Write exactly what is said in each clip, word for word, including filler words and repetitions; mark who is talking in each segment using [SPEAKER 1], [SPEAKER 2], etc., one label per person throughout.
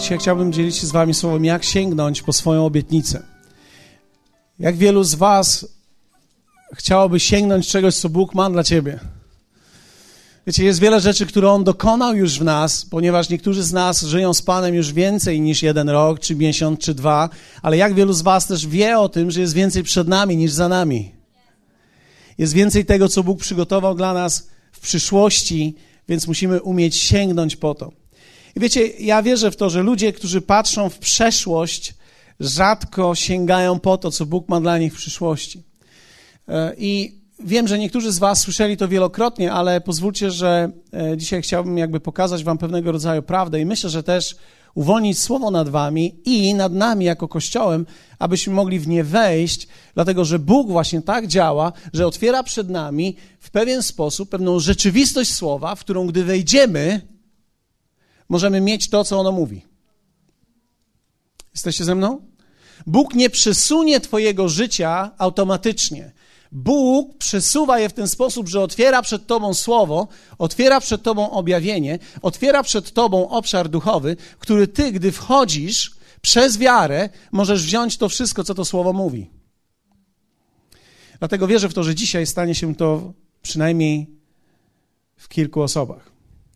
[SPEAKER 1] Dzisiaj chciałbym dzielić się z wami słowem, jak sięgnąć po swoją obietnicę. Jak wielu z was chciałoby sięgnąć czegoś, co Bóg ma dla ciebie? Wiecie, jest wiele rzeczy, które On dokonał już w nas, ponieważ niektórzy z nas żyją z Panem już więcej niż jeden rok, czy miesiąc, czy dwa, ale jak wielu z was też wie o tym, że jest więcej przed nami niż za nami. Jest więcej tego, co Bóg przygotował dla nas w przyszłości, więc musimy umieć sięgnąć po to. I wiecie, ja wierzę w to, że ludzie, którzy patrzą w przeszłość, rzadko sięgają po to, co Bóg ma dla nich w przyszłości. I wiem, że niektórzy z was słyszeli to wielokrotnie, ale pozwólcie, że dzisiaj chciałbym jakby pokazać wam pewnego rodzaju prawdę i myślę, że też uwolnić słowo nad wami i nad nami jako Kościołem, abyśmy mogli w nie wejść, dlatego że Bóg właśnie tak działa, że otwiera przed nami w pewien sposób pewną rzeczywistość słowa, w którą gdy wejdziemy, możemy mieć to, co ono mówi. Jesteście ze mną? Bóg nie przesunie twojego życia automatycznie. Bóg przesuwa je w ten sposób, że otwiera przed tobą słowo, otwiera przed tobą objawienie, otwiera przed tobą obszar duchowy, w który ty, gdy wchodzisz przez wiarę, możesz wziąć to wszystko, co to słowo mówi. Dlatego wierzę w to, że dzisiaj stanie się to przynajmniej w kilku osobach.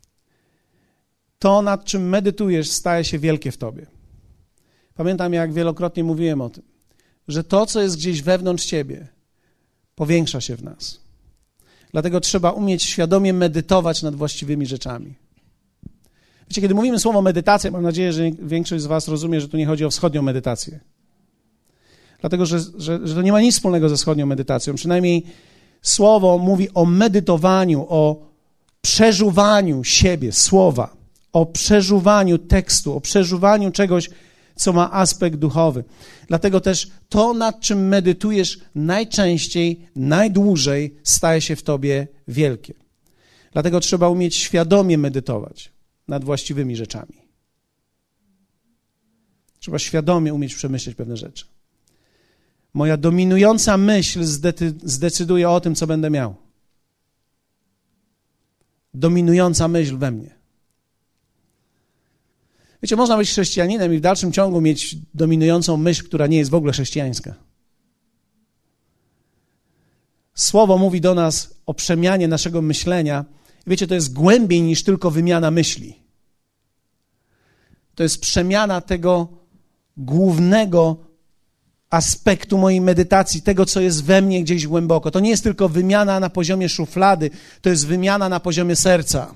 [SPEAKER 1] To, nad czym medytujesz, staje się wielkie w tobie. Pamiętam, jak wielokrotnie mówiłem o tym, że to, co jest gdzieś wewnątrz ciebie, powiększa się w nas. Dlatego trzeba umieć świadomie medytować nad właściwymi rzeczami. Wiecie, kiedy mówimy słowo medytacja, mam nadzieję, że większość z was rozumie, że tu nie chodzi o wschodnią medytację. Dlatego, że, że, że to nie ma nic wspólnego ze wschodnią medytacją. Przynajmniej słowo mówi o medytowaniu, o przeżuwaniu siebie, słowa, o przeżuwaniu tekstu, o przeżuwaniu czegoś, co ma aspekt duchowy. Dlatego też to, nad czym medytujesz najczęściej, najdłużej, staje się w tobie wielkie. Dlatego trzeba umieć świadomie medytować nad właściwymi rzeczami. Trzeba świadomie umieć przemyśleć pewne rzeczy. Moja dominująca myśl zdecyduje o tym, co będę miał. Dominująca myśl we mnie. Wiecie, można być chrześcijaninem i w dalszym ciągu mieć dominującą myśl, która nie jest w ogóle chrześcijańska. Słowo mówi do nas o przemianie naszego myślenia. Wiecie, to jest głębiej niż tylko wymiana myśli. To jest przemiana tego głównego aspektu mojej medytacji, tego, co jest we mnie gdzieś głęboko. To nie jest tylko wymiana na poziomie szuflady, to jest wymiana na poziomie serca.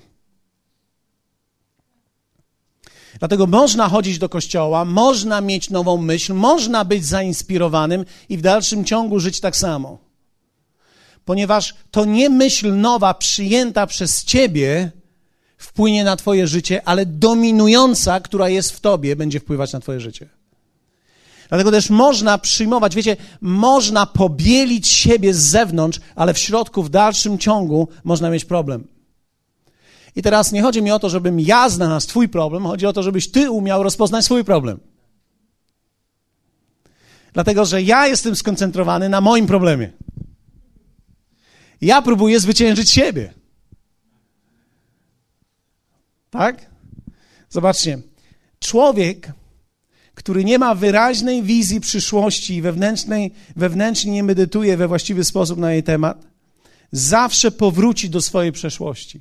[SPEAKER 1] Dlatego można chodzić do kościoła, można mieć nową myśl, można być zainspirowanym i w dalszym ciągu żyć tak samo. Ponieważ to nie myśl nowa przyjęta przez ciebie wpłynie na twoje życie, ale dominująca, która jest w tobie, będzie wpływać na twoje życie. Dlatego też można przyjmować, wiecie, można pobielić siebie z zewnątrz, ale w środku, w dalszym ciągu można mieć problem. I teraz nie chodzi mi o to, żebym ja znalazł twój problem, chodzi o to, żebyś ty umiał rozpoznać swój problem. Dlatego, że ja jestem skoncentrowany na moim problemie. Ja próbuję zwyciężyć siebie. Tak? Zobaczcie, człowiek, który nie ma wyraźnej wizji przyszłości i wewnętrznej, wewnętrznie nie medytuje we właściwy sposób na jej temat, zawsze powróci do swojej przeszłości.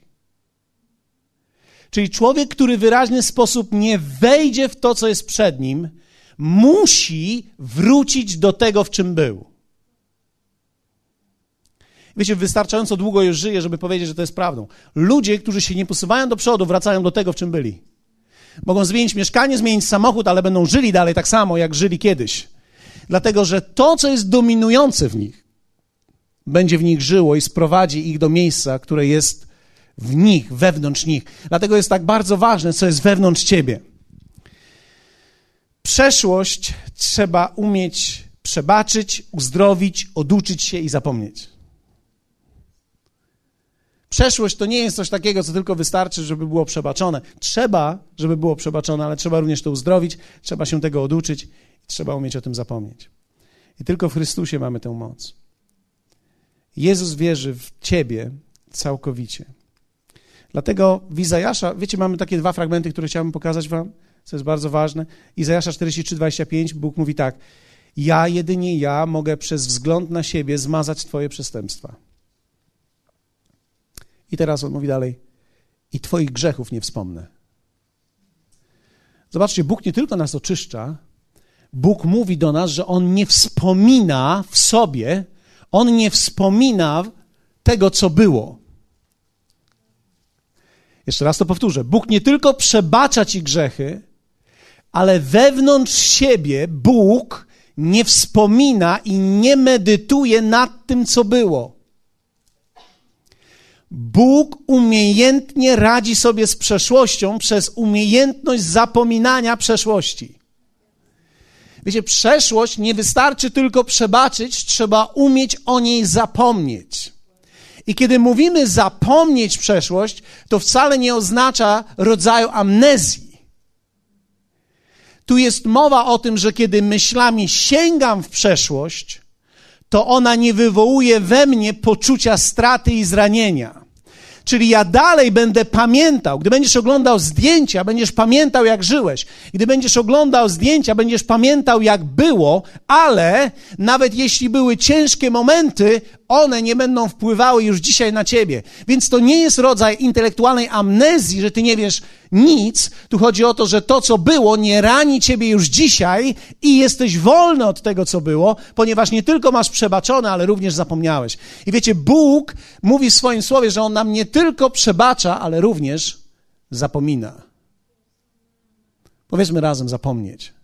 [SPEAKER 1] Czyli człowiek, który w wyraźny sposób nie wejdzie w to, co jest przed nim, musi wrócić do tego, w czym był. Wiecie, wystarczająco długo już żyję, żeby powiedzieć, że to jest prawdą. Ludzie, którzy się nie posuwają do przodu, wracają do tego, w czym byli. Mogą zmienić mieszkanie, zmienić samochód, ale będą żyli dalej tak samo, jak żyli kiedyś. Dlatego, że to, co jest dominujące w nich, będzie w nich żyło i sprowadzi ich do miejsca, które jest w nich, wewnątrz nich. Dlatego jest tak bardzo ważne, co jest wewnątrz ciebie. Przeszłość trzeba umieć przebaczyć, uzdrowić, oduczyć się i zapomnieć. Przeszłość to nie jest coś takiego, co tylko wystarczy, żeby było przebaczone. Trzeba, żeby było przebaczone, ale trzeba również to uzdrowić, trzeba się tego oduczyć i trzeba umieć o tym zapomnieć. I tylko w Chrystusie mamy tę moc. Jezus wierzy w ciebie całkowicie. Dlatego w Izajasza, wiecie, mamy takie dwa fragmenty, które chciałbym pokazać wam. co jest bardzo ważne. Izajasza czterdzieści trzy, dwadzieścia pięć, Bóg mówi tak: ja, jedynie ja mogę przez wzgląd na siebie zmazać twoje przestępstwa. I teraz on mówi dalej: i twoich grzechów nie wspomnę. Zobaczcie, Bóg nie tylko nas oczyszcza, Bóg mówi do nas, że On nie wspomina w sobie, On nie wspomina tego, co było. Jeszcze raz to powtórzę. Bóg nie tylko przebacza ci grzechy, ale wewnątrz siebie Bóg nie wspomina i nie medytuje nad tym, co było. Bóg umiejętnie radzi sobie z przeszłością przez umiejętność zapominania przeszłości. Wiecie, przeszłość nie wystarczy tylko przebaczyć, trzeba umieć o niej zapomnieć. I kiedy mówimy zapomnieć przeszłość, to wcale nie oznacza rodzaju amnezji. Tu jest mowa o tym, że kiedy myślami sięgam w przeszłość, to ona nie wywołuje we mnie poczucia straty i zranienia. Czyli ja dalej będę pamiętał. Gdy będziesz oglądał zdjęcia, będziesz pamiętał, jak żyłeś. Gdy będziesz oglądał zdjęcia, będziesz pamiętał, jak było, ale nawet jeśli były ciężkie momenty, one nie będą wpływały już dzisiaj na ciebie. Więc to nie jest rodzaj intelektualnej amnezji, że ty nie wiesz nic. Tu chodzi o to, że to, co było, nie rani ciebie już dzisiaj i jesteś wolny od tego, co było, ponieważ nie tylko masz przebaczone, ale również zapomniałeś. I wiecie, Bóg mówi w swoim słowie, że On nam nie tylko przebacza, ale również zapomina. Powiedzmy razem: zapomnieć.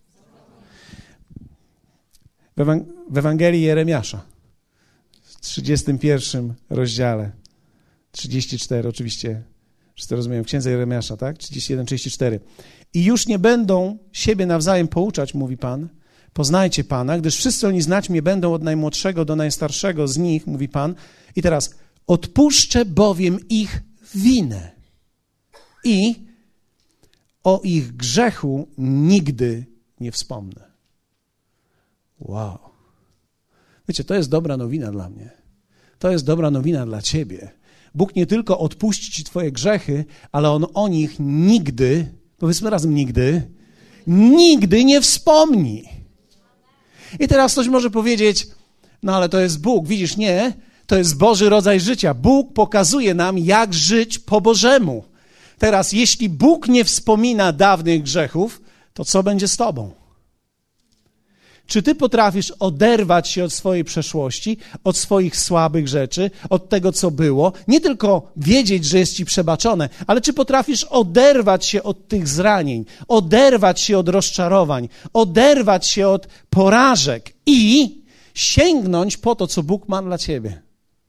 [SPEAKER 1] W, Ewang- w Ewangelii Jeremiasza, w trzydziestym pierwszym rozdziale, trzydzieści cztery oczywiście, wszyscy rozumieją, w księdze Jeremiasza, tak? trzydzieści jeden, trzydzieści cztery. I już nie będą siebie nawzajem pouczać, mówi Pan, poznajcie Pana, gdyż wszyscy oni znać mnie będą od najmłodszego do najstarszego z nich, mówi Pan. I teraz: odpuszczę bowiem ich winę i o ich grzechu nigdy nie wspomnę. Wow. Wiecie, to jest dobra nowina dla mnie. To jest dobra nowina dla ciebie. Bóg nie tylko odpuści ci twoje grzechy, ale On o nich nigdy, powiedzmy razem nigdy, nigdy nie wspomni. I teraz ktoś może powiedzieć: no ale to jest Bóg. Widzisz, nie. To jest Boży rodzaj życia. Bóg pokazuje nam, jak żyć po Bożemu. Teraz, jeśli Bóg nie wspomina dawnych grzechów, to co będzie z tobą? Czy ty potrafisz oderwać się od swojej przeszłości, od swoich słabych rzeczy, od tego, co było? Nie tylko wiedzieć, że jest ci przebaczone, ale czy potrafisz oderwać się od tych zranień, oderwać się od rozczarowań, oderwać się od porażek i sięgnąć po to, co Bóg ma dla ciebie?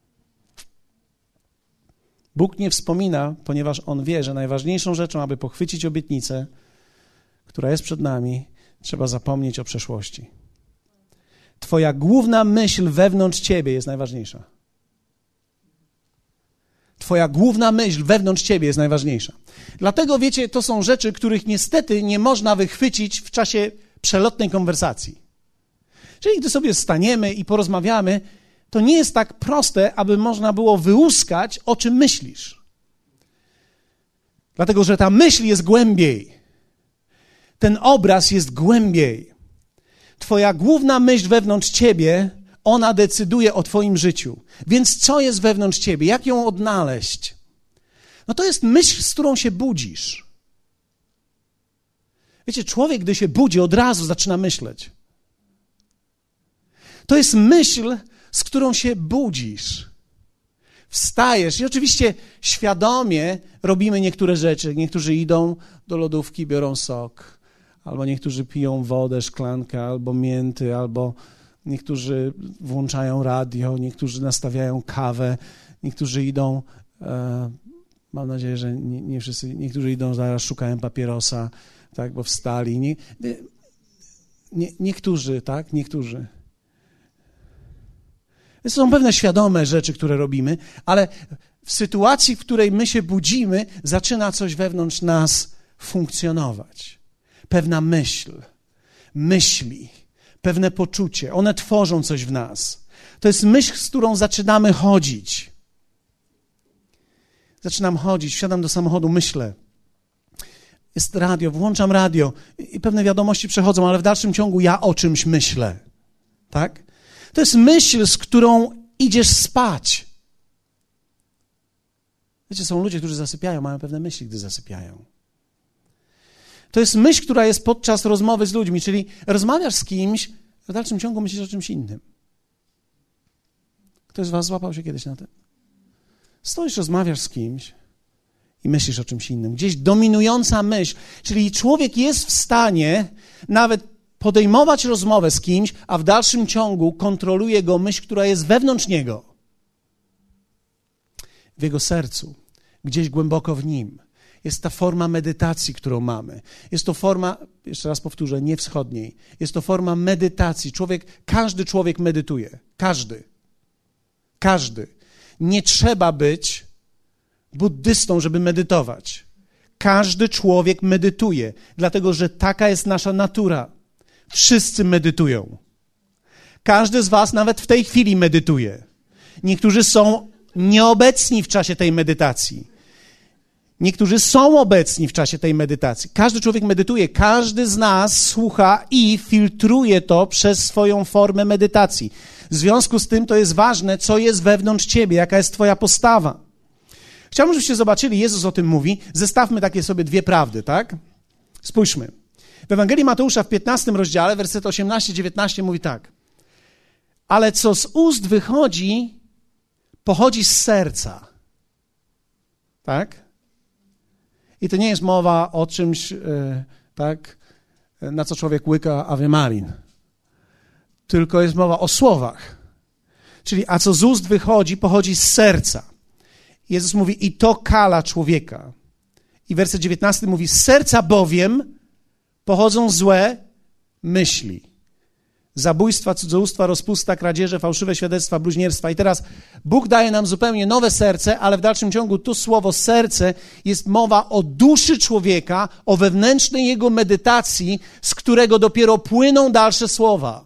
[SPEAKER 1] Bóg nie wspomina, ponieważ On wie, że najważniejszą rzeczą, aby pochwycić obietnicę, która jest przed nami, trzeba zapomnieć o przeszłości. Twoja główna myśl wewnątrz ciebie jest najważniejsza. Twoja główna myśl wewnątrz ciebie jest najważniejsza. Dlatego, wiecie, to są rzeczy, których niestety nie można wychwycić w czasie przelotnej konwersacji. Czyli gdy sobie staniemy i porozmawiamy, to nie jest tak proste, aby można było wyłuskać, o czym myślisz. Dlatego, że ta myśl jest głębiej. Ten obraz jest głębiej. Twoja główna myśl wewnątrz ciebie, ona decyduje o twoim życiu. Więc co jest wewnątrz ciebie? Jak ją odnaleźć? No to jest myśl, z którą się budzisz. Wiecie, człowiek, gdy się budzi, od razu zaczyna myśleć. To jest myśl, z którą się budzisz. Wstajesz i oczywiście świadomie robimy niektóre rzeczy. Niektórzy idą do lodówki, biorą sok, albo niektórzy piją wodę, szklankę, albo mięty, albo niektórzy włączają radio, niektórzy nastawiają kawę, niektórzy idą, e, mam nadzieję, że nie, nie wszyscy, niektórzy idą, zaraz szukają papierosa, tak, bo wstali. Nie, nie, niektórzy, tak, niektórzy. To są pewne świadome rzeczy, które robimy, ale w sytuacji, w której my się budzimy, zaczyna coś wewnątrz nas funkcjonować. Pewna myśl, myśli, pewne poczucie, one tworzą coś w nas. To jest myśl, z którą zaczynamy chodzić. Zaczynam chodzić, wsiadam do samochodu, myślę. jest radio, włączam radio i pewne wiadomości przechodzą, ale w dalszym ciągu ja o czymś myślę. Tak? To jest myśl, z którą idziesz spać. Wiecie, są ludzie, którzy zasypiają, mają pewne myśli, gdy zasypiają. To jest myśl, która jest podczas rozmowy z ludźmi, czyli rozmawiasz z kimś, w dalszym ciągu myślisz o czymś innym. Ktoś z was złapał się kiedyś na tym? Stoisz, rozmawiasz z kimś i myślisz o czymś innym. Gdzieś dominująca myśl, czyli człowiek jest w stanie nawet podejmować rozmowę z kimś, a w dalszym ciągu kontroluje go myśl, która jest wewnątrz niego. W jego sercu, gdzieś głęboko w nim. Jest ta forma medytacji, którą mamy. Jest to forma, jeszcze raz powtórzę, nie wschodniej. Jest to forma medytacji. Człowiek, każdy człowiek medytuje. Każdy. Każdy. Nie trzeba być buddystą, żeby medytować. Każdy człowiek medytuje, dlatego że taka jest nasza natura. Wszyscy medytują. Każdy z was nawet w tej chwili medytuje. Niektórzy są nieobecni w czasie tej medytacji. Niektórzy są obecni w czasie tej medytacji. Każdy człowiek medytuje, każdy z nas słucha i filtruje to przez swoją formę medytacji. W związku z tym to jest ważne, co jest wewnątrz ciebie, jaka jest twoja postawa. Chciałbym, żebyście zobaczyli, Jezus o tym mówi. Zestawmy takie sobie dwie prawdy, tak? Spójrzmy. W Ewangelii Mateusza w piętnastym rozdziale, werset osiemnasty dziewiętnasty mówi tak. Ale co z ust wychodzi, pochodzi z serca. Tak? I to nie jest mowa o czymś, e, tak, na co człowiek łyka Ave Marin. Tylko jest mowa o słowach. Czyli a co z ust wychodzi, pochodzi z serca. Jezus mówi, i to kala człowieka. I werset dziewiętnasty mówi, z serca bowiem pochodzą złe myśli. Zabójstwa, cudzołóstwa, rozpusta, kradzieże, fałszywe świadectwa, bluźnierstwa. I teraz Bóg daje nam zupełnie nowe serce, ale w dalszym ciągu to słowo serce jest mowa o duszy człowieka, o wewnętrznej jego medytacji, z którego dopiero płyną dalsze słowa.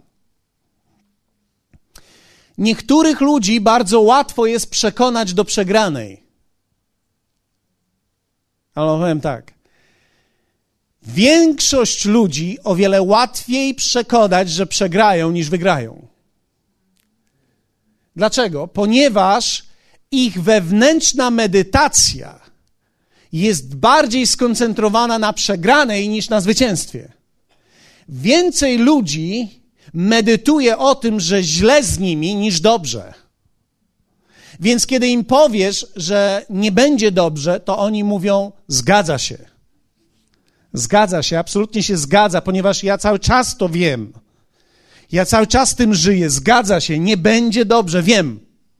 [SPEAKER 1] Niektórych ludzi bardzo łatwo jest przekonać do przegranej. Ale powiem tak. Większość ludzi o wiele łatwiej przekonać, że przegrają, niż wygrają. Dlaczego? Ponieważ ich wewnętrzna medytacja jest bardziej skoncentrowana na przegranej niż na zwycięstwie. Więcej ludzi medytuje o tym, że źle z nimi, niż dobrze. Więc kiedy im powiesz, że nie będzie dobrze, to oni mówią, zgadza się. Zgadza się, absolutnie się zgadza, ponieważ ja cały czas to wiem. Ja cały czas tym żyję, zgadza się, nie będzie dobrze, wiem.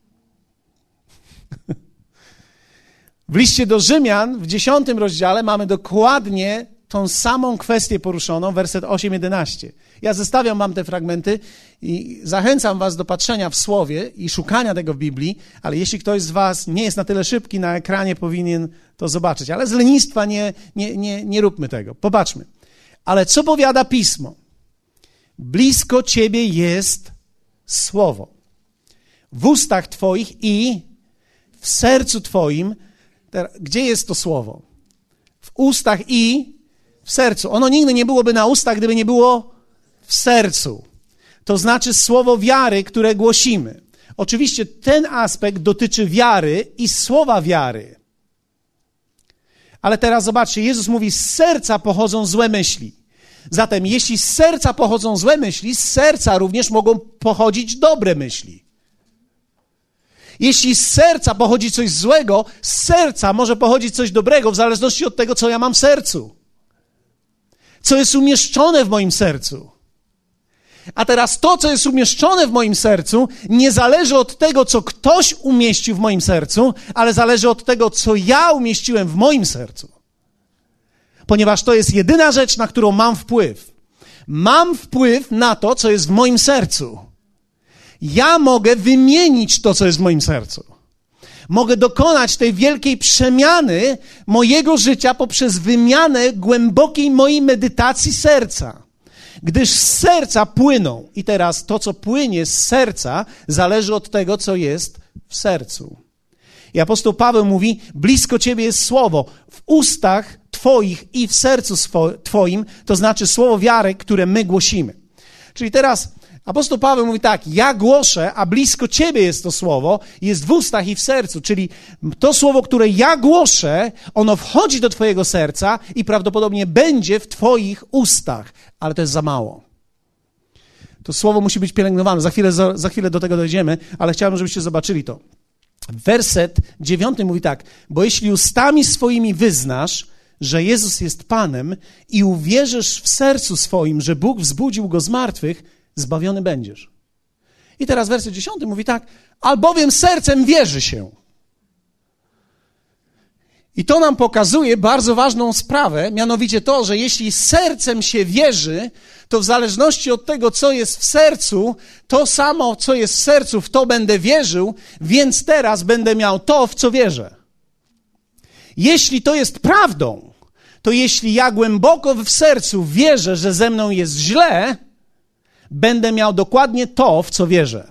[SPEAKER 1] W liście do Rzymian w dziesiątym rozdziale mamy dokładnie tą samą kwestię poruszoną, werset osiem jedenaście. Ja zestawiam wam te fragmenty i zachęcam was do patrzenia w Słowie i szukania tego w Biblii, ale jeśli ktoś z was nie jest na tyle szybki, na ekranie powinien to zobaczyć. Ale z lenistwa nie, nie, nie, nie róbmy tego. Popatrzmy. Ale co powiada Pismo? Blisko ciebie jest Słowo. W ustach twoich i w sercu twoim. Gdzie jest to Słowo? W ustach i w sercu. Ono nigdy nie byłoby na ustach, gdyby nie było w sercu. To znaczy słowo wiary, które głosimy. Oczywiście ten aspekt dotyczy wiary i słowa wiary. Ale teraz zobaczcie, Jezus mówi, z serca pochodzą złe myśli. Zatem jeśli z serca pochodzą złe myśli, z serca również mogą pochodzić dobre myśli. Jeśli z serca pochodzi coś złego, z serca może pochodzić coś dobrego, w zależności od tego, co ja mam w sercu. Co jest umieszczone w moim sercu. A teraz to, co jest umieszczone w moim sercu, nie zależy od tego, co ktoś umieścił w moim sercu, ale zależy od tego, co ja umieściłem w moim sercu. Ponieważ to jest jedyna rzecz, na którą mam wpływ. Mam wpływ na to, co jest w moim sercu. Ja mogę wymienić to, co jest w moim sercu. Mogę dokonać tej wielkiej przemiany mojego życia poprzez wymianę głębokiej mojej medytacji serca. Gdyż z serca płyną, i teraz to, co płynie z serca, zależy od tego, co jest w sercu. I apostoł Paweł mówi, blisko ciebie jest słowo, w ustach Twoich i w sercu swo- Twoim, to znaczy słowo wiary, które my głosimy. Czyli teraz apostoł Paweł mówi tak, ja głoszę, a blisko Ciebie jest to słowo, jest w ustach i w sercu, czyli to słowo, które ja głoszę, ono wchodzi do Twojego serca i prawdopodobnie będzie w Twoich ustach, ale to jest za mało. To słowo musi być pielęgnowane, za chwilę, za, za chwilę do tego dojdziemy, ale chciałbym, żebyście zobaczyli to. Werset dziewiąty mówi tak, bo jeśli ustami swoimi wyznasz, że Jezus jest Panem i uwierzysz w sercu swoim, że Bóg wzbudził Go z martwych, zbawiony będziesz. I teraz werset dziesiąty mówi tak, albowiem sercem wierzy się. I to nam pokazuje bardzo ważną sprawę, mianowicie to, że jeśli sercem się wierzy, to w zależności od tego, co jest w sercu, to samo, co jest w sercu, w to będę wierzył, więc teraz będę miał to, w co wierzę. Jeśli to jest prawdą, to jeśli ja głęboko w sercu wierzę, że ze mną jest źle, będę miał dokładnie to, w co wierzę.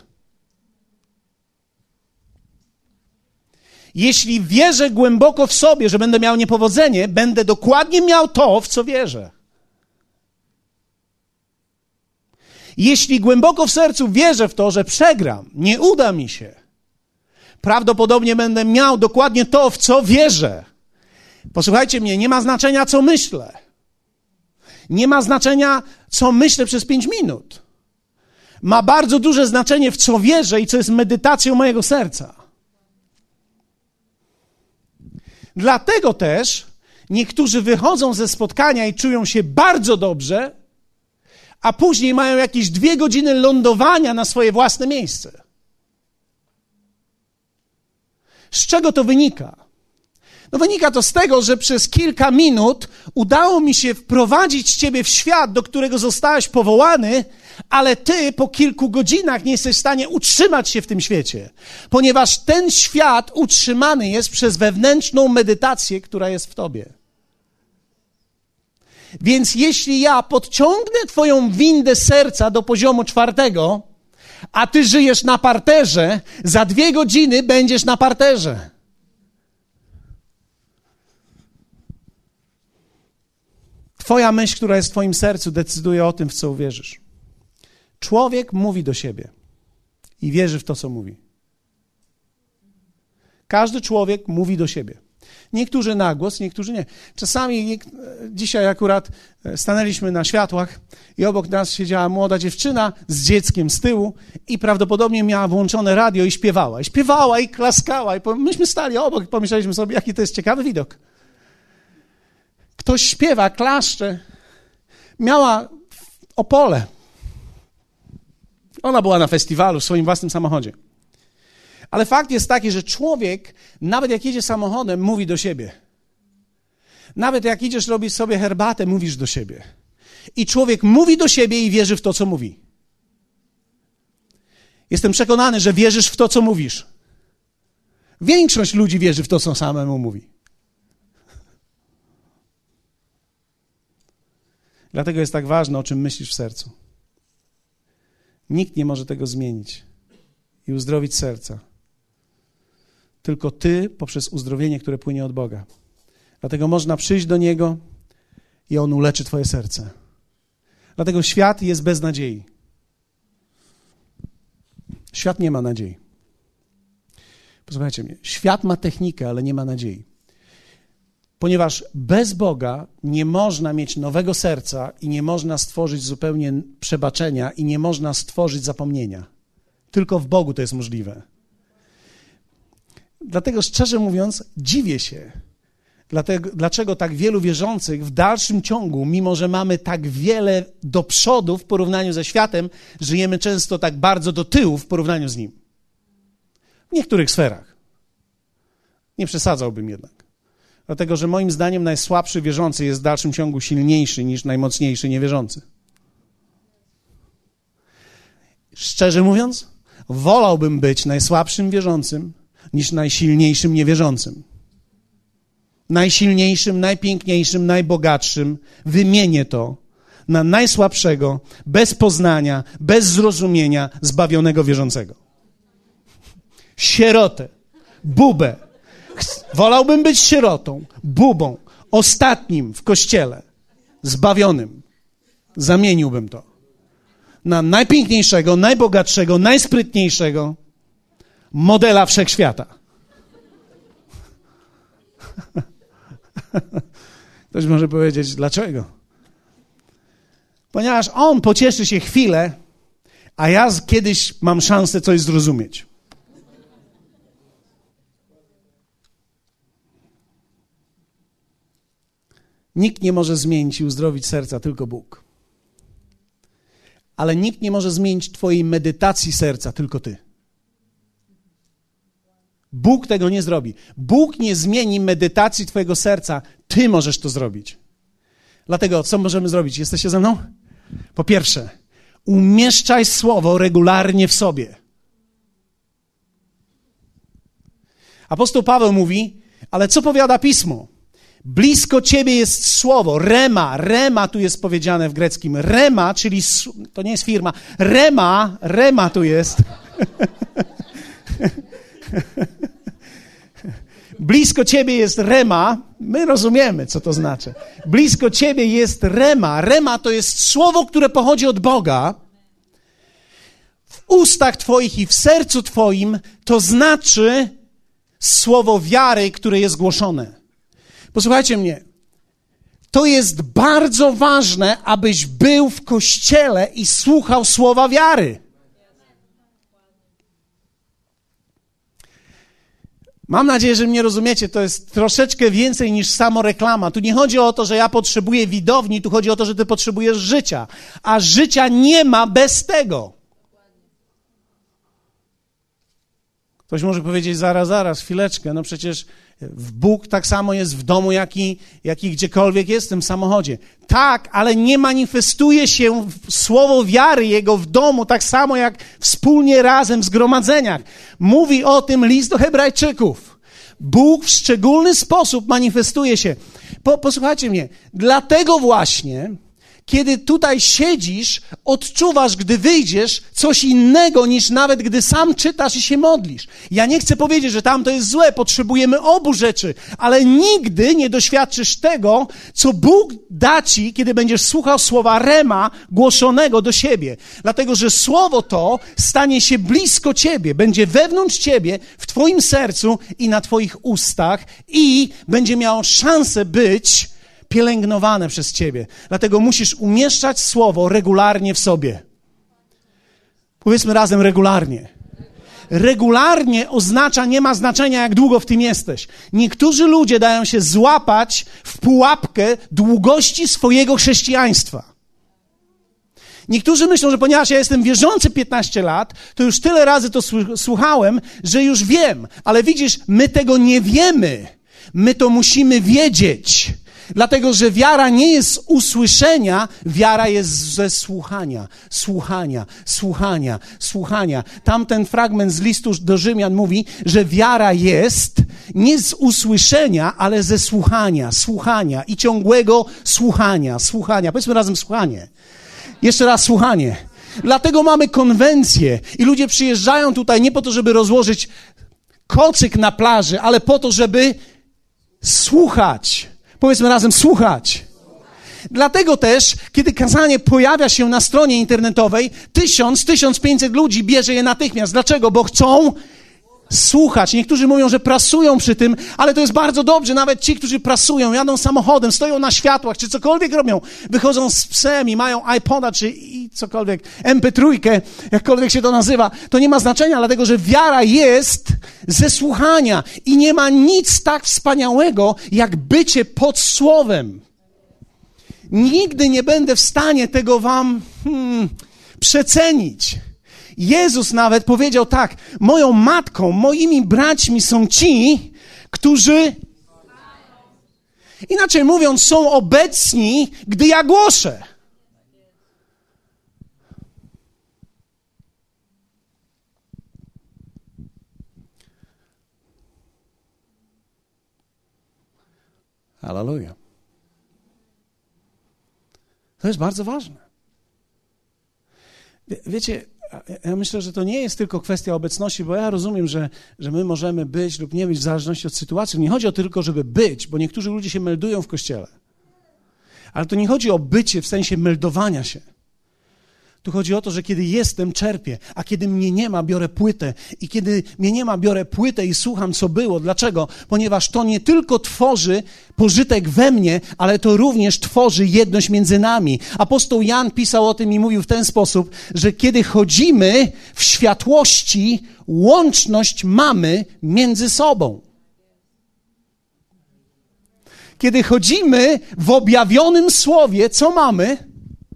[SPEAKER 1] Jeśli wierzę głęboko w sobie, że będę miał niepowodzenie, będę dokładnie miał to, w co wierzę. Jeśli głęboko w sercu wierzę w to, że przegram, nie uda mi się, prawdopodobnie będę miał dokładnie to, w co wierzę. Posłuchajcie mnie, nie ma znaczenia, co myślę. Nie ma znaczenia, co myślę przez pięć minut. Ma bardzo duże znaczenie, w co wierzę i co jest medytacją mojego serca. Dlatego też niektórzy wychodzą ze spotkania i czują się bardzo dobrze, a później mają jakieś dwie godziny lądowania na swoje własne miejsce. Z czego to wynika? No wynika to z tego, że przez kilka minut udało mi się wprowadzić ciebie w świat, do którego zostałeś powołany, ale ty po kilku godzinach nie jesteś w stanie utrzymać się w tym świecie, ponieważ ten świat utrzymany jest przez wewnętrzną medytację, która jest w tobie. Więc jeśli ja podciągnę twoją windę serca do poziomu czwartego, a ty żyjesz na parterze, za dwie godziny będziesz na parterze. Twoja myśl, która jest w twoim sercu, decyduje o tym, w co uwierzysz. Człowiek mówi do siebie i wierzy w to, co mówi. Każdy człowiek mówi do siebie. Niektórzy na głos, niektórzy nie. Czasami, dzisiaj akurat stanęliśmy na światłach i obok nas siedziała młoda dziewczyna z dzieckiem z tyłu i prawdopodobnie miała włączone radio i śpiewała. I śpiewała i klaskała. I myśmy stali obok i pomyśleliśmy sobie, jaki to jest ciekawy widok. Ktoś śpiewa, klaszcze. Miała Opole. Ona była na festiwalu w swoim własnym samochodzie. Ale fakt jest taki, że człowiek, nawet jak jedzie samochodem, mówi do siebie. Nawet jak idziesz robić sobie herbatę, mówisz do siebie. I człowiek mówi do siebie i wierzy w to, co mówi. Jestem przekonany, że wierzysz w to, co mówisz. Większość ludzi wierzy w to, co samemu mówi. Dlatego jest tak ważne, o czym myślisz w sercu. Nikt nie może tego zmienić i uzdrowić serca. Tylko ty poprzez uzdrowienie, które płynie od Boga. Dlatego można przyjść do Niego i On uleczy twoje serce. Dlatego świat jest bez nadziei. Świat nie ma nadziei. Posłuchajcie mnie. Świat ma technikę, ale nie ma nadziei. Ponieważ bez Boga nie można mieć nowego serca i nie można stworzyć zupełnie przebaczenia i nie można stworzyć zapomnienia. Tylko w Bogu to jest możliwe. Dlatego szczerze mówiąc, dziwię się, dlatego, dlaczego tak wielu wierzących w dalszym ciągu, mimo że mamy tak wiele do przodu w porównaniu ze światem, żyjemy często tak bardzo do tyłu w porównaniu z nim. W niektórych sferach. Nie przesadzałbym jednak. Dlatego, że moim zdaniem najsłabszy wierzący jest w dalszym ciągu silniejszy niż najmocniejszy niewierzący. Szczerze mówiąc, wolałbym być najsłabszym wierzącym niż najsilniejszym niewierzącym. Najsilniejszym, najpiękniejszym, najbogatszym, wymienię to na najsłabszego, bez poznania, bez zrozumienia, zbawionego wierzącego. Sierotę, bubę. Wolałbym być sierotą, bubą, ostatnim w kościele, zbawionym, zamieniłbym to na najpiękniejszego, najbogatszego, najsprytniejszego modela wszechświata. Ktoś może powiedzieć, dlaczego? Ponieważ on pocieszy się chwilę, a ja kiedyś mam szansę coś zrozumieć. Nikt nie może zmienić i uzdrowić serca, tylko Bóg. Ale nikt nie może zmienić twojej medytacji serca, tylko ty. Bóg tego nie zrobi. Bóg nie zmieni medytacji twojego serca, ty możesz to zrobić. Dlatego co możemy zrobić? Jesteście ze mną? Po pierwsze, umieszczaj słowo regularnie w sobie. Apostoł Paweł mówi, ale co powiada Pismo? Blisko ciebie jest słowo, rema, rema tu jest powiedziane w greckim, rema, czyli, to nie jest firma, rema, rema tu jest. Blisko ciebie jest rema, my rozumiemy, co to znaczy. Blisko ciebie jest rema, rema to jest słowo, które pochodzi od Boga. W ustach twoich i w sercu twoim to znaczy słowo wiary, które jest głoszone. Posłuchajcie mnie, to jest bardzo ważne, abyś był w kościele i słuchał słowa wiary. Mam nadzieję, że mnie rozumiecie, to jest troszeczkę więcej niż samoreklama. Tu nie chodzi o to, że ja potrzebuję widowni, tu chodzi o to, że ty potrzebujesz życia, a życia nie ma bez tego. Ktoś może powiedzieć, zaraz, zaraz, chwileczkę, no przecież Bóg tak samo jest w domu, jak i, jak i gdziekolwiek jest w tym samochodzie. Tak, ale nie manifestuje się słowo wiary Jego w domu, tak samo jak wspólnie razem w zgromadzeniach. Mówi o tym list do Hebrajczyków. Bóg w szczególny sposób manifestuje się. Po, posłuchajcie mnie, dlatego właśnie, kiedy tutaj siedzisz, odczuwasz, gdy wyjdziesz, coś innego niż nawet gdy sam czytasz i się modlisz. Ja nie chcę powiedzieć, że tam to jest złe, potrzebujemy obu rzeczy, ale nigdy nie doświadczysz tego, co Bóg da ci, kiedy będziesz słuchał słowa rema głoszonego do siebie. Dlatego, że słowo to stanie się blisko ciebie, będzie wewnątrz ciebie, w twoim sercu i na twoich ustach i będzie miało szansę być pielęgnowane przez ciebie. Dlatego musisz umieszczać słowo regularnie w sobie. Powiedzmy razem regularnie. Regularnie oznacza, nie ma znaczenia, jak długo w tym jesteś. Niektórzy ludzie dają się złapać w pułapkę długości swojego chrześcijaństwa. Niektórzy myślą, że ponieważ ja jestem wierzący piętnaście lat, to już tyle razy to słuchałem, że już wiem. Ale widzisz, my tego nie wiemy. My to musimy wiedzieć. Dlatego, że wiara nie jest z usłyszenia, wiara jest ze słuchania, słuchania, słuchania, słuchania. Tamten fragment z listu do Rzymian mówi, że wiara jest nie z usłyszenia, ale ze słuchania, słuchania i ciągłego słuchania, słuchania. Powiedzmy razem słuchanie. Jeszcze raz słuchanie. Dlatego mamy konwencję i ludzie przyjeżdżają tutaj nie po to, żeby rozłożyć kocyk na plaży, ale po to, żeby słuchać. Powiedzmy razem, słuchać. Dlatego też, kiedy kazanie pojawia się na stronie internetowej, tysiąc, tysiąc pięćset ludzi bierze je natychmiast. Dlaczego? Bo chcą słuchać. Niektórzy mówią, że prasują przy tym, ale to jest bardzo dobrze. Nawet ci, którzy prasują, jadą samochodem, stoją na światłach, czy cokolwiek robią, wychodzą z psem i mają iPoda, czy i cokolwiek, em pe trzy, jakkolwiek się to nazywa, to nie ma znaczenia, dlatego że wiara jest ze słuchania i nie ma nic tak wspaniałego, jak bycie pod słowem. Nigdy nie będę w stanie tego wam hmm, przecenić. Jezus nawet powiedział tak, moją matką, moimi braćmi są ci, którzy, inaczej mówiąc, są obecni, gdy ja głoszę. Halleluja. To jest bardzo ważne. Wie, wiecie, ja myślę, że to nie jest tylko kwestia obecności, bo ja rozumiem, że, że my możemy być lub nie być w zależności od sytuacji. Nie chodzi o tylko, żeby być, bo niektórzy ludzie się meldują w kościele. Ale to nie chodzi o bycie w sensie meldowania się. Tu chodzi o to, że kiedy jestem, czerpię, a kiedy mnie nie ma, biorę płytę. I kiedy mnie nie ma, biorę płytę i słucham, co było. Dlaczego? Ponieważ to nie tylko tworzy pożytek we mnie, ale to również tworzy jedność między nami. Apostoł Jan pisał o tym i mówił w ten sposób, że kiedy chodzimy w światłości, łączność mamy między sobą. Kiedy chodzimy w objawionym słowie, co mamy?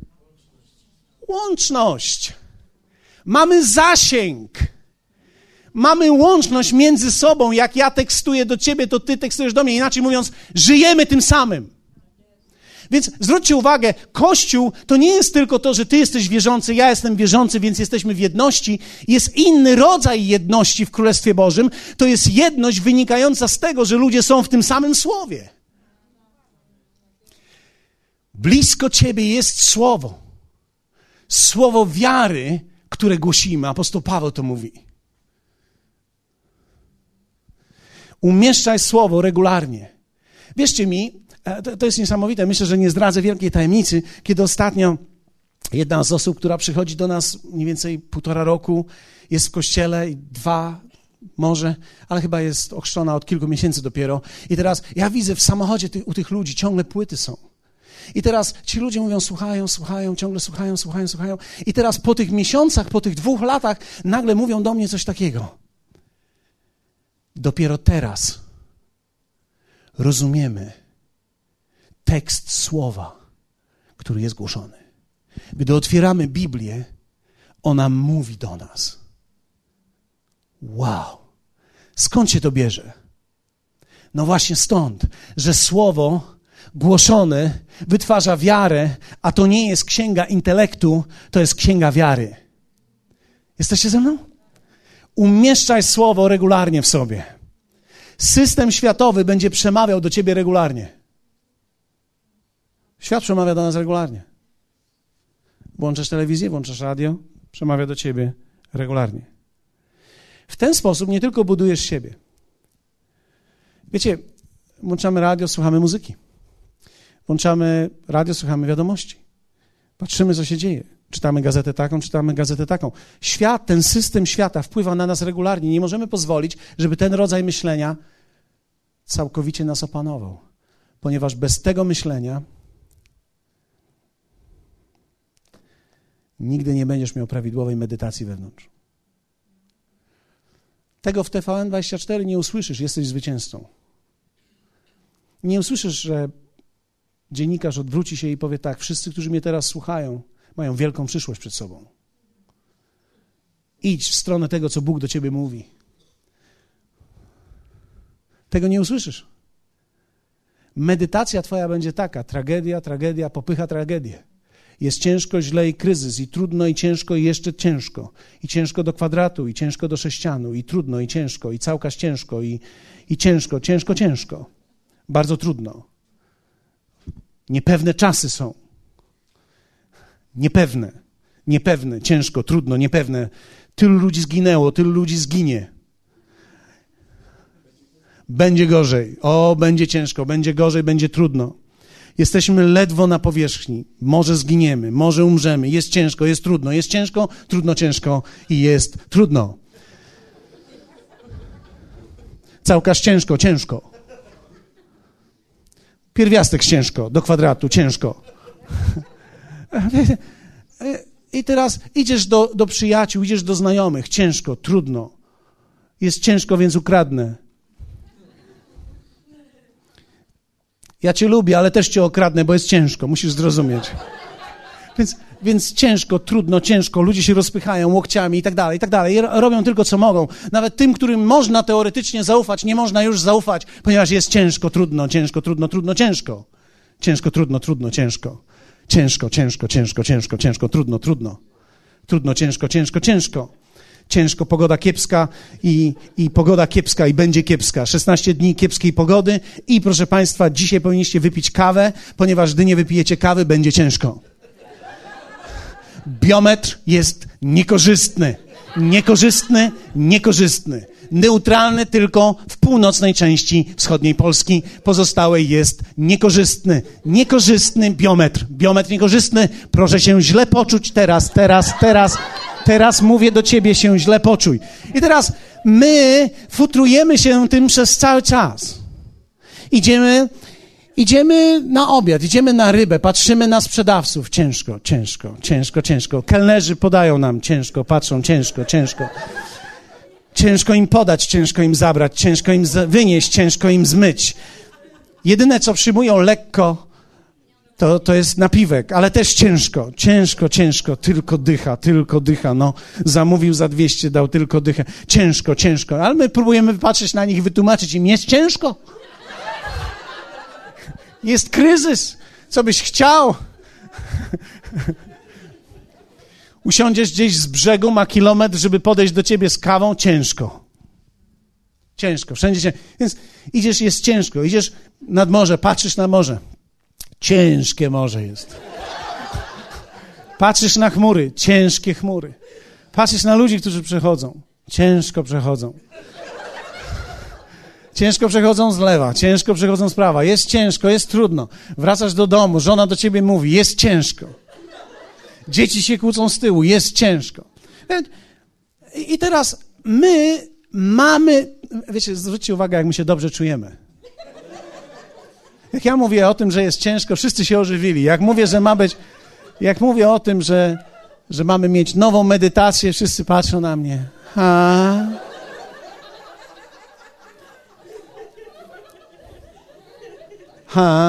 [SPEAKER 1] Łączność. Mamy zasięg. Mamy łączność między sobą. Jak ja tekstuję do ciebie, to ty tekstujesz do mnie. Inaczej mówiąc, żyjemy tym samym. Więc zwróćcie uwagę, Kościół to nie jest tylko to, że ty jesteś wierzący, ja jestem wierzący, więc jesteśmy w jedności. Jest inny rodzaj jedności w Królestwie Bożym. To jest jedność wynikająca z tego, że ludzie są w tym samym słowie. Blisko ciebie jest słowo. Słowo wiary, które głosimy. Apostoł Paweł to mówi. Umieszczaj słowo regularnie. Wierzcie mi, to, to jest niesamowite. Myślę, że nie zdradzę wielkiej tajemnicy, kiedy ostatnio jedna z osób, która przychodzi do nas mniej więcej półtora roku, jest w kościele i dwa może, ale chyba jest ochrzczona od kilku miesięcy dopiero. I teraz ja widzę w samochodzie ty, u tych ludzi ciągle płyty są. I teraz ci ludzie mówią, słuchają, słuchają, ciągle słuchają, słuchają, słuchają. I teraz po tych miesiącach, po tych dwóch latach nagle mówią do mnie coś takiego. Dopiero teraz rozumiemy tekst słowa, który jest głoszony. Gdy otwieramy Biblię, ona mówi do nas. Wow! Skąd się to bierze? No właśnie stąd, że słowo głoszone wytwarza wiarę, a to nie jest księga intelektu, to jest księga wiary. Jesteście ze mną? Umieszczaj słowo regularnie w sobie. System światowy będzie przemawiał do ciebie regularnie. Świat przemawia do nas regularnie. Włączasz telewizję, włączasz radio, przemawia do ciebie regularnie. W ten sposób nie tylko budujesz siebie. Wiecie, włączamy radio, słuchamy muzyki. Włączamy radio, słuchamy wiadomości. Patrzymy, co się dzieje. Czytamy gazetę taką, czytamy gazetę taką. Świat, ten system świata wpływa na nas regularnie. Nie możemy pozwolić, żeby ten rodzaj myślenia całkowicie nas opanował. Ponieważ bez tego myślenia nigdy nie będziesz miał prawidłowej medytacji wewnątrz. Tego w T V N dwadzieścia cztery nie usłyszysz, jesteś zwycięzcą. Nie usłyszysz, że dziennikarz odwróci się i powie tak, wszyscy, którzy mnie teraz słuchają, mają wielką przyszłość przed sobą. Idź w stronę tego, co Bóg do ciebie mówi. Tego nie usłyszysz. Medytacja twoja będzie taka, tragedia, tragedia, popycha tragedię. Jest ciężko, źle i kryzys, i trudno, i ciężko, i jeszcze ciężko. I ciężko do kwadratu, i ciężko do sześcianu, i trudno, i ciężko, i całkaż ciężko, i, i ciężko, ciężko, ciężko. Bardzo trudno. Niepewne czasy są. Niepewne, niepewne, ciężko, trudno, niepewne. Tylu ludzi zginęło, tylu ludzi zginie. Będzie gorzej. O, będzie ciężko, będzie gorzej, będzie trudno. Jesteśmy ledwo na powierzchni. Może zginiemy, może umrzemy. Jest ciężko, jest trudno. Jest ciężko, trudno, ciężko i jest trudno. Całkaż ciężko, ciężko. Pierwiastek ciężko, do kwadratu ciężko. I teraz idziesz do, do przyjaciół, idziesz do znajomych. Ciężko, trudno. Jest ciężko, więc ukradnę. Ja cię lubię, ale też cię okradnę, bo jest ciężko. Musisz zrozumieć. Więc, więc ciężko, trudno, ciężko. Ludzie się rozpychają łokciami i tak dalej, i tak dalej. Robią tylko, co mogą. Nawet tym, którym można teoretycznie zaufać, nie można już zaufać, ponieważ jest ciężko, trudno, ciężko, trudno, trudno, ciężko. Ciężko, trudno, trudno, ciężko. Ciężko, ciężko, ciężko, ciężko, ciężko, trudno, trudno. Trudno, ciężko, ciężko, ciężko. Ciężko, pogoda kiepska i, i pogoda kiepska i będzie kiepska. szesnaście dni kiepskiej pogody i proszę Państwa, dzisiaj powinniście wypić kawę, ponieważ gdy nie wypijecie kawy, będzie ciężko. Biometr jest niekorzystny, niekorzystny, niekorzystny. Neutralny tylko w północnej części wschodniej Polski, pozostałej jest niekorzystny. Niekorzystny biometr. Biometr niekorzystny, proszę się źle poczuć teraz, teraz, teraz, teraz mówię do ciebie, się źle poczuj. I teraz my futrujemy się tym przez cały czas. Idziemy, idziemy na obiad, idziemy na rybę, patrzymy na sprzedawców. Ciężko, ciężko, ciężko, ciężko. Kelnerzy podają nam ciężko, patrzą ciężko, ciężko. Ciężko im podać, ciężko im zabrać, ciężko im wynieść, ciężko im zmyć. Jedyne, co przyjmują lekko, to, to jest napiwek, ale też ciężko, ciężko, ciężko, tylko dycha, tylko dycha. No, zamówił za dwieście, dał tylko dychę. Ciężko, ciężko, ale my próbujemy patrzeć na nich i wytłumaczyć im, jest ciężko. Jest kryzys, co byś chciał. Usiądziesz gdzieś z brzegu, ma kilometr, żeby podejść do ciebie z kawą, ciężko. Ciężko, wszędzie ciężko. Więc idziesz, jest ciężko, idziesz nad morze, patrzysz na morze. Ciężkie morze jest. Patrzysz na chmury, ciężkie chmury. Patrzysz na ludzi, którzy przechodzą. Ciężko przechodzą. Ciężko przechodzą z lewa, ciężko przechodzą z prawa. Jest ciężko, jest trudno. Wracasz do domu, żona do ciebie mówi, jest ciężko. Dzieci się kłócą z tyłu, jest ciężko. I teraz my mamy, wiecie, zwróćcie uwagę, jak my się dobrze czujemy. Jak ja mówię o tym, że jest ciężko, wszyscy się ożywili. Jak mówię, że ma być, jak mówię o tym, że, że mamy mieć nową medytację, wszyscy patrzą na mnie. Ha? Ha?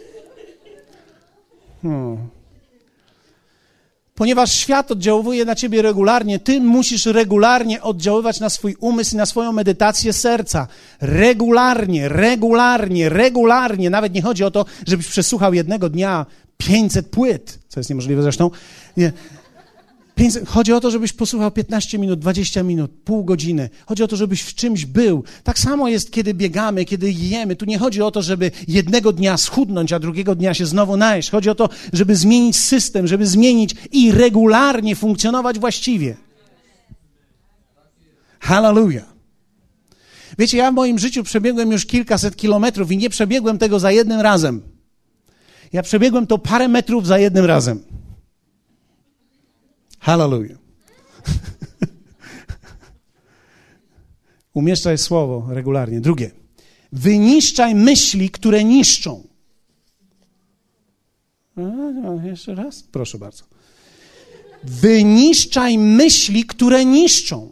[SPEAKER 1] Hmm. Ponieważ świat oddziałuje na ciebie regularnie, ty musisz regularnie oddziaływać na swój umysł i na swoją medytację serca. Regularnie, regularnie, regularnie. Nawet nie chodzi o to, żebyś przesłuchał jednego dnia pięćset płyt, co jest niemożliwe zresztą. Nie. pięćset, chodzi o to, żebyś posłuchał piętnaście minut, dwadzieścia minut, pół godziny. Chodzi o to, żebyś w czymś był. Tak samo jest, kiedy biegamy, kiedy jemy. Tu nie chodzi o to, żeby jednego dnia schudnąć, a drugiego dnia się znowu najeść. Chodzi o to, żeby zmienić system, żeby zmienić i regularnie funkcjonować właściwie. Hallelujah. Wiecie, ja w moim życiu przebiegłem już kilkaset kilometrów i nie przebiegłem tego za jednym razem. Ja przebiegłem to parę metrów za jednym razem. Hallelujah. Umieszczaj słowo regularnie. Drugie. Wyniszczaj myśli, które niszczą. A, jeszcze raz? Proszę bardzo. Wyniszczaj myśli, które niszczą.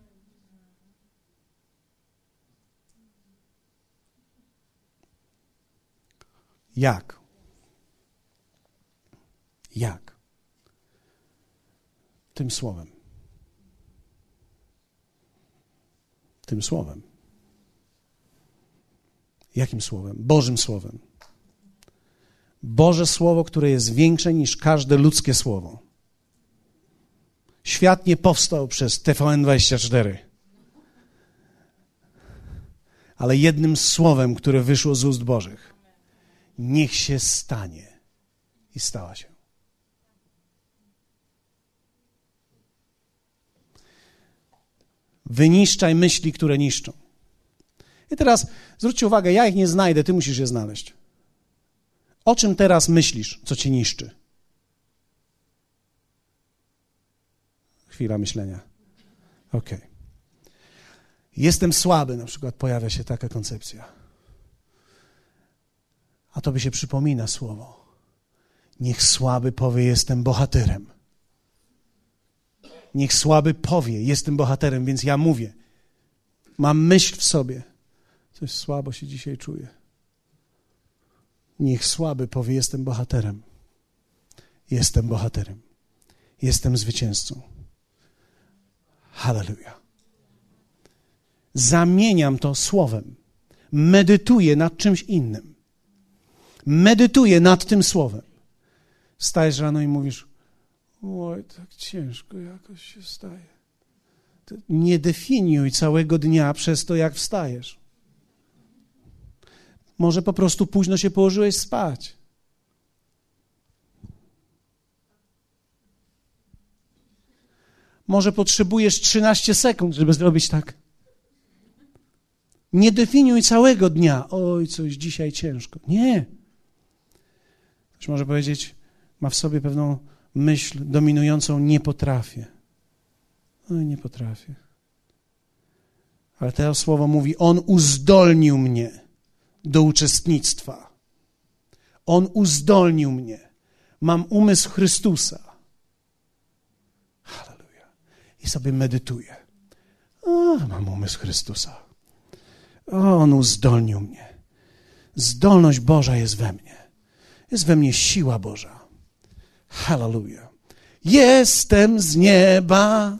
[SPEAKER 1] Jak? Jak? Tym słowem. Tym słowem. Jakim słowem? Bożym słowem. Boże słowo, które jest większe niż każde ludzkie słowo. Świat nie powstał przez T V N dwadzieścia cztery. Ale jednym słowem, które wyszło z ust Bożych. Niech się stanie. I stała się. Wyniszczaj myśli, które niszczą. I teraz zwróćcie uwagę, ja ich nie znajdę, ty musisz je znaleźć. O czym teraz myślisz, co cię niszczy? Chwila myślenia. Okej. Okay. Jestem słaby, na przykład pojawia się taka koncepcja. A tobie się przypomina słowo. Niech słaby powie, jestem bohaterem. Niech słaby powie, jestem bohaterem, więc ja mówię. Mam myśl w sobie. Coś słabo się dzisiaj czuję. Niech słaby powie, jestem bohaterem. Jestem bohaterem. Jestem zwycięzcą. Hallelujah. Zamieniam to słowem. Medytuję nad czymś innym. Medytuję nad tym słowem. Wstajesz rano i mówisz, oj, tak ciężko jakoś się staje. To nie definiuj całego dnia przez to, jak wstajesz. Może po prostu późno się położyłeś spać. Może potrzebujesz trzynaście sekund, żeby zrobić tak. Nie definiuj całego dnia. Oj, coś dzisiaj ciężko. Nie. Ktoś może powiedzieć, ma w sobie pewną myśl dominującą, nie potrafię. Oj, nie potrafię. Ale to słowo mówi, On uzdolnił mnie do uczestnictwa. On uzdolnił mnie. Mam umysł Chrystusa. Halleluja. I sobie medytuję. O, mam umysł Chrystusa. O, On uzdolnił mnie. Zdolność Boża jest we mnie. Jest we mnie siła Boża. Halleluja. Jestem z nieba.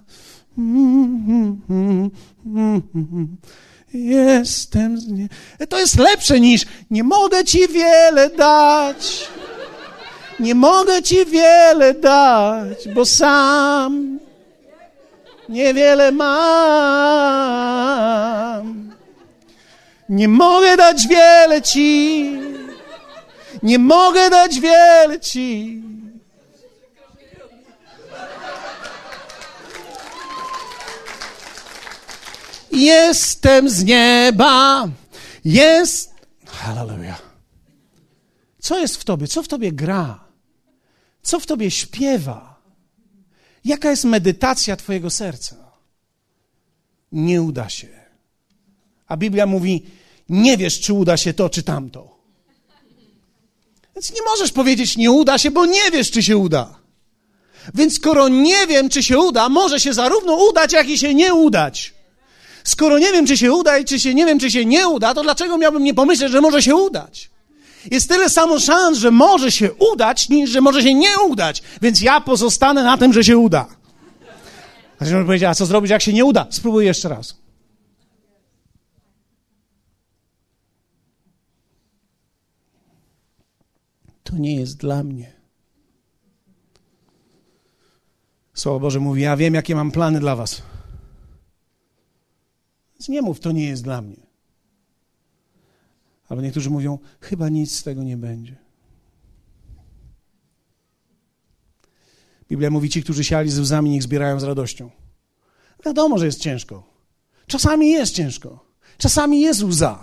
[SPEAKER 1] Jestem z nieba. To jest lepsze niż nie mogę ci wiele dać. Nie mogę ci wiele dać, bo sam niewiele mam. Nie mogę dać wiele ci. Nie mogę dać wiele ci. Jestem z nieba. Jest. Halleluja. Co jest w tobie? Co w tobie gra? Co w tobie śpiewa? Jaka jest medytacja twojego serca? Nie uda się. A Biblia mówi, nie wiesz, czy uda się to, czy tamto. Więc nie możesz powiedzieć, nie uda się, bo nie wiesz, czy się uda. Więc skoro nie wiem, czy się uda, może się zarówno udać, jak i się nie udać. Skoro nie wiem, czy się uda i czy się nie wiem, czy się nie uda, to dlaczego miałbym nie pomyśleć, że może się udać? Jest tyle samo szans, że może się udać, niż że może się nie udać. Więc ja pozostanę na tym, że się uda. A ktoś powiedzieć, a co zrobić, jak się nie uda? Spróbuj jeszcze raz. To nie jest dla mnie. Słowo Boże mówi, ja wiem, jakie mam plany dla was. Więc nie mów, to nie jest dla mnie. Albo niektórzy mówią, chyba nic z tego nie będzie. Biblia mówi, ci, którzy siali z łzami, niech zbierają z radością. Wiadomo, że jest ciężko. Czasami jest ciężko. Czasami jest łza.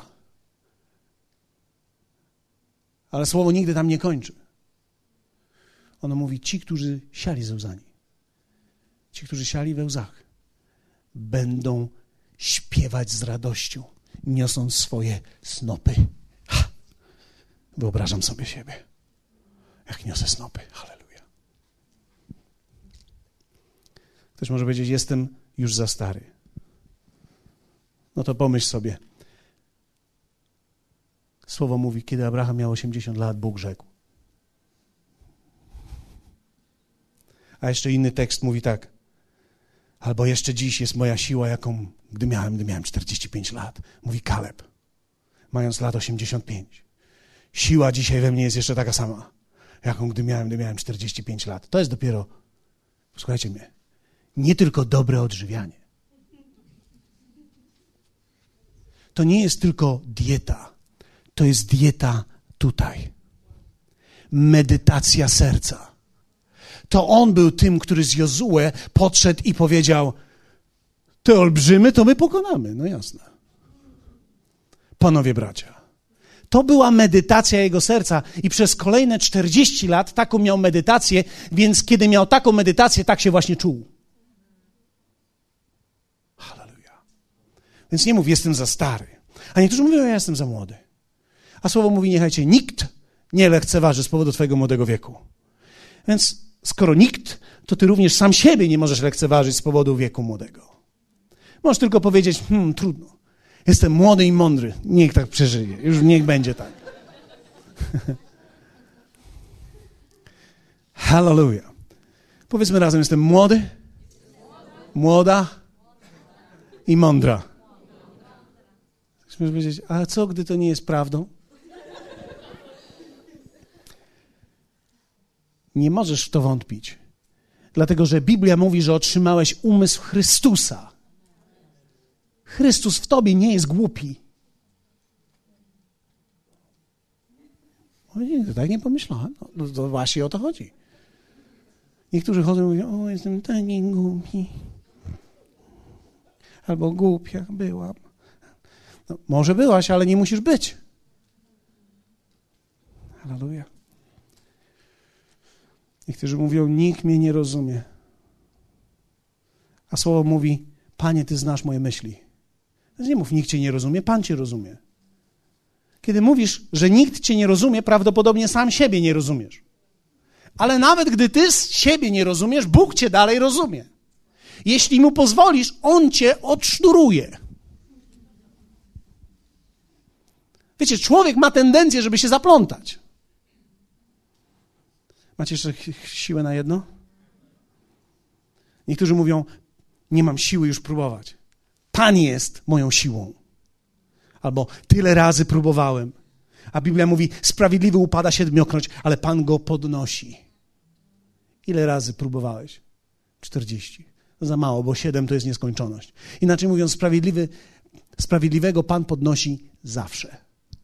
[SPEAKER 1] Ale słowo nigdy tam nie kończy. Ono mówi, ci, którzy siali ze łzami, ci, którzy siali we łzach, będą śpiewać z radością, niosąc swoje snopy. Ha! Wyobrażam sobie siebie, jak niosę snopy. Halleluja. Ktoś może powiedzieć, jestem już za stary. No to pomyśl sobie. Słowo mówi, kiedy Abraham miał osiemdziesiąt lat, Bóg rzekł. A jeszcze inny tekst mówi tak. Albo jeszcze dziś jest moja siła, jaką gdy miałem, gdy miałem czterdzieści pięć lat. Mówi Kaleb, mając lat osiemdziesiąt pięć. Siła dzisiaj we mnie jest jeszcze taka sama, jaką gdy miałem, gdy miałem czterdzieści pięć lat. To jest dopiero, słuchajcie mnie, nie tylko dobre odżywianie. To nie jest tylko dieta. To jest dieta tutaj. Medytacja serca. To on był tym, który z Jozue podszedł i powiedział, te olbrzymy to my pokonamy. No jasne. Panowie bracia. To była medytacja jego serca i przez kolejne czterdzieści lat taką miał medytację, więc kiedy miał taką medytację, tak się właśnie czuł. Halleluja. Więc nie mów, jestem za stary. A niektórzy mówią, ja jestem za młody. A słowo mówi, niechaj cię nikt nie lekceważy z powodu twojego młodego wieku. Więc skoro nikt, to ty również sam siebie nie możesz lekceważyć z powodu wieku młodego. Możesz tylko powiedzieć, hmm, trudno. Jestem młody i mądry. Niech tak przeżyje. Już niech będzie tak. Hallelujah. Powiedzmy razem, jestem młody, młoda i mądra. Możesz powiedzieć, a co, gdy to nie jest prawdą? Nie możesz w to wątpić. Dlatego, że Biblia mówi, że otrzymałeś umysł Chrystusa. Chrystus w tobie nie jest głupi. O nie, to tak nie pomyślałem. No, to właśnie o to chodzi. Niektórzy chodzą i mówią, o, jestem taki głupi. Albo głupia byłam. No, może byłaś, ale nie musisz być. Halleluja. Niektórzy mówią, nikt mnie nie rozumie. A Słowo mówi, Panie, Ty znasz moje myśli. Nie mów, nikt Cię nie rozumie, Pan Cię rozumie. Kiedy mówisz, że nikt Cię nie rozumie, prawdopodobnie sam siebie nie rozumiesz. Ale nawet gdy Ty z siebie nie rozumiesz, Bóg Cię dalej rozumie. Jeśli Mu pozwolisz, On Cię odsznuruje. Wiecie, człowiek ma tendencję, żeby się zaplątać. Macie jeszcze siłę na jedno? Niektórzy mówią, nie mam siły już próbować. Pan jest moją siłą. Albo tyle razy próbowałem. A Biblia mówi, sprawiedliwy upada siedmiokroć, ale Pan go podnosi. Ile razy próbowałeś? czterdzieści. To za mało, bo siedem to jest nieskończoność. Inaczej mówiąc, sprawiedliwy, sprawiedliwego Pan podnosi zawsze.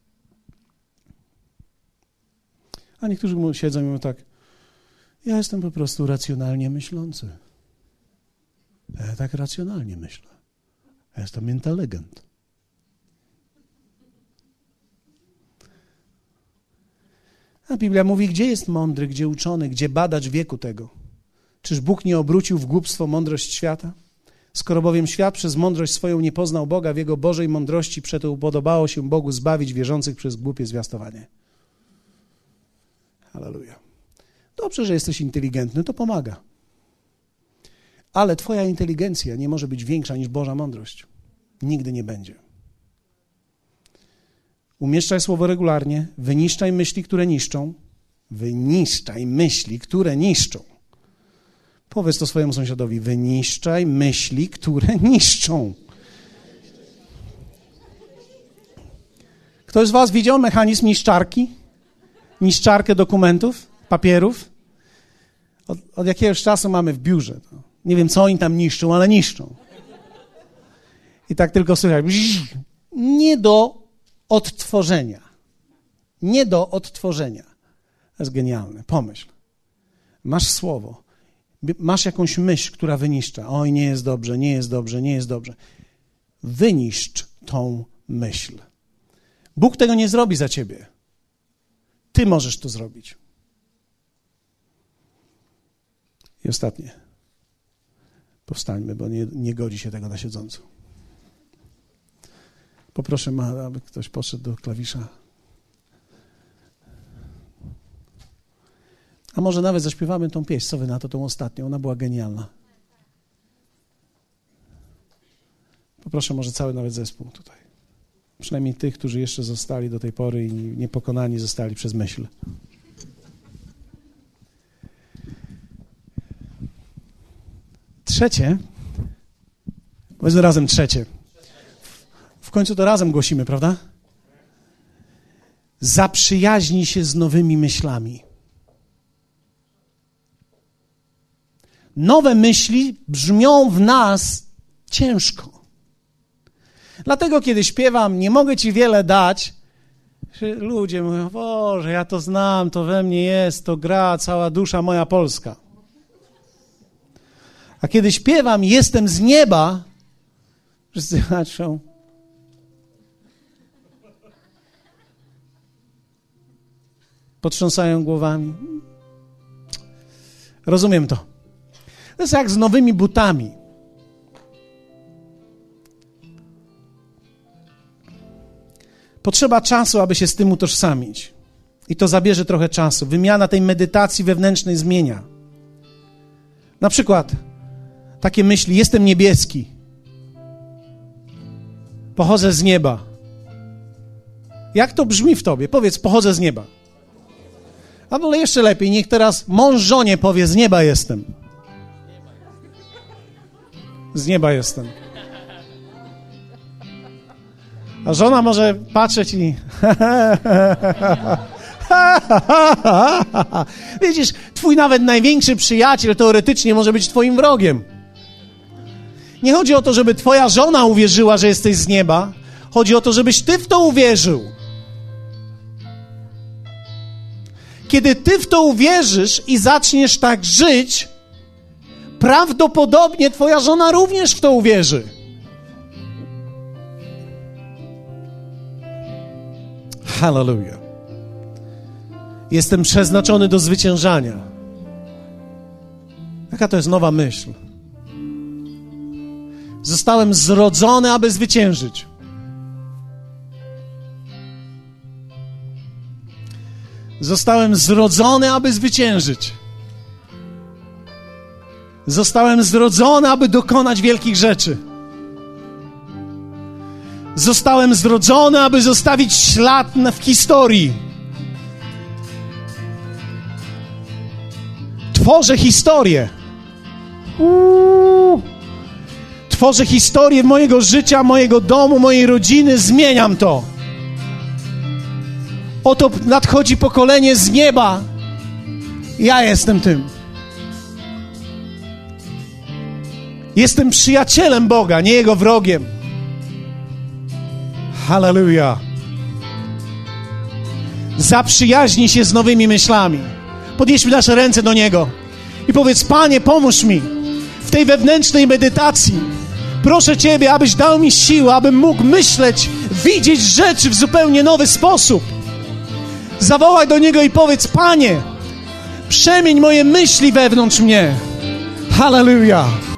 [SPEAKER 1] A niektórzy siedzą i mówią tak, ja jestem po prostu racjonalnie myślący. Ja tak racjonalnie myślę. Ja jestem inteligent. A Biblia mówi, gdzie jest mądry, gdzie uczony, gdzie badacz wieku tego? Czyż Bóg nie obrócił w głupstwo mądrość świata? Skoro bowiem świat przez mądrość swoją nie poznał Boga, w Jego Bożej mądrości przeto upodobało się Bogu zbawić wierzących przez głupie zwiastowanie. Halleluja. Dobrze, że jesteś inteligentny, to pomaga. Ale twoja inteligencja nie może być większa niż Boża mądrość. Nigdy nie będzie. Umieszczaj słowo regularnie, wyniszczaj myśli, które niszczą. Wyniszczaj myśli, które niszczą. Powiedz to swojemu sąsiadowi, wyniszczaj myśli, które niszczą. Ktoś z was widział mechanizm niszczarki? Niszczarkę dokumentów, papierów? Od, od jakiegoś czasu mamy w biurze. To. Nie wiem, co oni tam niszczą, ale niszczą. I tak tylko słychać. Nie do odtworzenia. Nie do odtworzenia. To jest genialne. Pomyśl. Masz słowo. Masz jakąś myśl, która wyniszcza. Oj, nie jest dobrze, nie jest dobrze, nie jest dobrze. Wyniszcz tą myśl. Bóg tego nie zrobi za ciebie. Ty możesz to zrobić. I ostatnie. Powstańmy, bo nie, nie godzi się tego na siedząco. Poproszę, aby ktoś poszedł do klawisza. A może nawet zaśpiewamy tą pieśń, co wy na to, tą ostatnią. Ona była genialna. Poproszę może cały nawet zespół tutaj. Przynajmniej tych, którzy jeszcze zostali do tej pory i niepokonani zostali przez myśl. Trzecie. Powiedzmy razem trzecie. W końcu to razem głosimy, prawda? Zaprzyjaźnij się z nowymi myślami. Nowe myśli brzmią w nas ciężko. Dlatego, kiedy śpiewam, nie mogę ci wiele dać, ludzie mówią, Boże, ja to znam, to we mnie jest, to gra cała dusza moja polska. A kiedy śpiewam, jestem z nieba, wszyscy patrzą. Potrząsają głowami. Rozumiem to. To jest jak z nowymi butami. Potrzeba czasu, aby się z tym utożsamić. I to zabierze trochę czasu. Wymiana tej medytacji wewnętrznej zmienia. Na przykład takie myśli, jestem niebieski. Pochodzę z nieba. Jak to brzmi w tobie? Powiedz, pochodzę z nieba. Albo jeszcze lepiej, niech teraz mąż żonie powie, z nieba jestem. Z nieba jestem. A żona może patrzeć i... Widzisz, twój nawet największy przyjaciel teoretycznie może być twoim wrogiem. Nie chodzi o to, żeby twoja żona uwierzyła, że jesteś z nieba. Chodzi o to, żebyś ty w to uwierzył. Kiedy ty w to uwierzysz i zaczniesz tak żyć, prawdopodobnie twoja żona również w to uwierzy. Hallelujah. Jestem przeznaczony do zwyciężania. Jaka to jest nowa myśl? Zostałem zrodzony, aby zwyciężyć. Zostałem zrodzony, aby zwyciężyć. Zostałem zrodzony, aby dokonać wielkich rzeczy. Zostałem zrodzony, aby zostawić ślad w historii. Tworzę historię. Uuu. Tworzę historię mojego życia, mojego domu, mojej rodziny. Zmieniam to. Oto nadchodzi pokolenie z nieba. Ja jestem tym. Jestem przyjacielem Boga, nie Jego wrogiem. Hallelujah. Zaprzyjaźnij się z nowymi myślami. Podnieśmy nasze ręce do Niego i powiedz: Panie, pomóż mi w tej wewnętrznej medytacji. Proszę Ciebie, abyś dał mi siłę, abym mógł myśleć, widzieć rzeczy w zupełnie nowy sposób. Zawołaj do Niego i powiedz: Panie, przemień moje myśli wewnątrz mnie. Hallelujah.